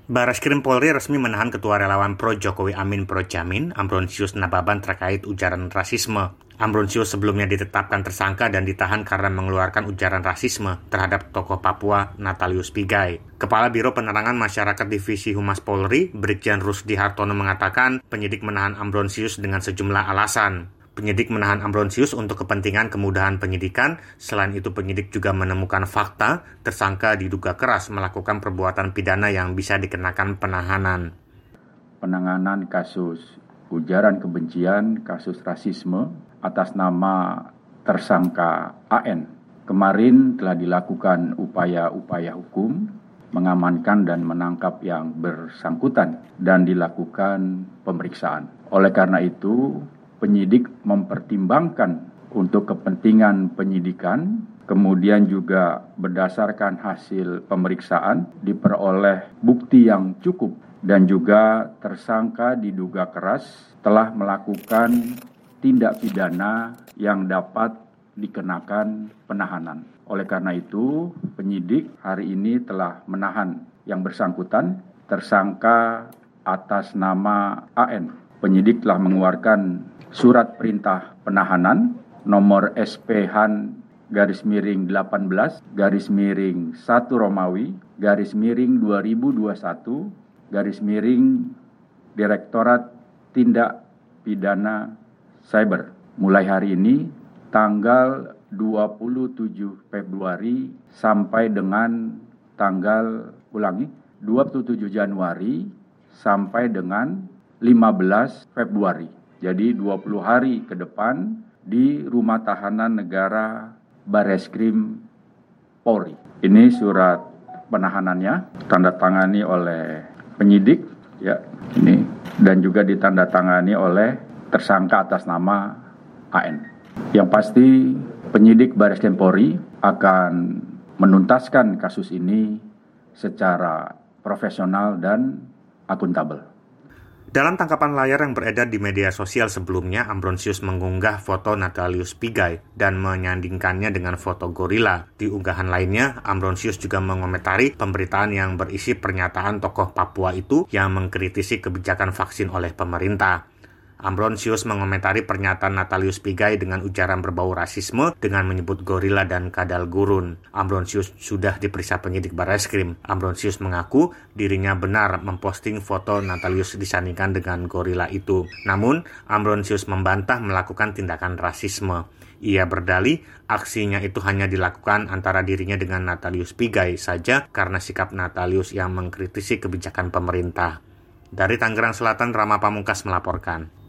Bareskrim Polri resmi menahan Ketua Relawan Pro Jokowi Amin Pro Jamin, Ambrosius Nababan terkait ujaran rasisme. Ambrosius sebelumnya ditetapkan tersangka dan ditahan karena mengeluarkan ujaran rasisme terhadap tokoh Papua Natalius Pigai. Kepala Biro Penerangan Masyarakat Divisi Humas Polri, Brigjen Rusdi Hartono mengatakan penyidik menahan Ambrosius dengan sejumlah alasan. Penyidik menahan Ambrosius untuk kepentingan kemudahan penyidikan. Selain itu, penyidik juga menemukan fakta tersangka diduga keras melakukan perbuatan pidana yang bisa dikenakan penahanan. Penanganan kasus ujaran kebencian, kasus rasisme atas nama tersangka AN. Kemarin telah dilakukan upaya-upaya hukum mengamankan dan menangkap yang bersangkutan dan dilakukan pemeriksaan. Oleh karena itu, penyidik mempertimbangkan untuk kepentingan penyidikan, kemudian juga berdasarkan hasil pemeriksaan diperoleh bukti yang cukup dan juga tersangka diduga keras telah melakukan tindak pidana yang dapat dikenakan penahanan. Oleh karena itu, penyidik hari ini telah menahan yang bersangkutan, tersangka atas nama AN. Penyidik telah mengeluarkan surat perintah penahanan nomor SPH-18/1 Romawi /2021 Direktorat Tindak Pidana Cyber. Mulai hari ini tanggal 27 Februari sampai dengan tanggal 27 Januari sampai dengan 15 Februari. Jadi 20 hari ke depan di Rumah Tahanan Negara Bareskrim Polri. Ini surat penahanannya, tanda tangani oleh penyidik, ya, ini, dan juga ditandatangani oleh tersangka atas nama AN. Yang pasti penyidik Bareskrim Polri akan menuntaskan kasus ini secara profesional dan akuntabel. Dalam tangkapan layar yang beredar di media sosial sebelumnya, Ambrosius mengunggah foto Natalius Pigai dan menyandingkannya dengan foto gorila. Di unggahan lainnya, Ambrosius juga mengomentari pemberitaan yang berisi pernyataan tokoh Papua itu yang mengkritisi kebijakan vaksin oleh pemerintah. Ambrosius mengomentari pernyataan Natalius Pigai dengan ujaran berbau rasisme dengan menyebut gorila dan kadal gurun. Ambrosius sudah diperiksa penyidik Bareskrim. Ambrosius mengaku dirinya benar memposting foto Natalius disandingkan dengan gorila itu. Namun, Ambrosius membantah melakukan tindakan rasisme. Ia berdalih aksinya itu hanya dilakukan antara dirinya dengan Natalius Pigai saja karena sikap Natalius yang mengkritisi kebijakan pemerintah. Dari Tangerang Selatan, Rama Pamungkas melaporkan.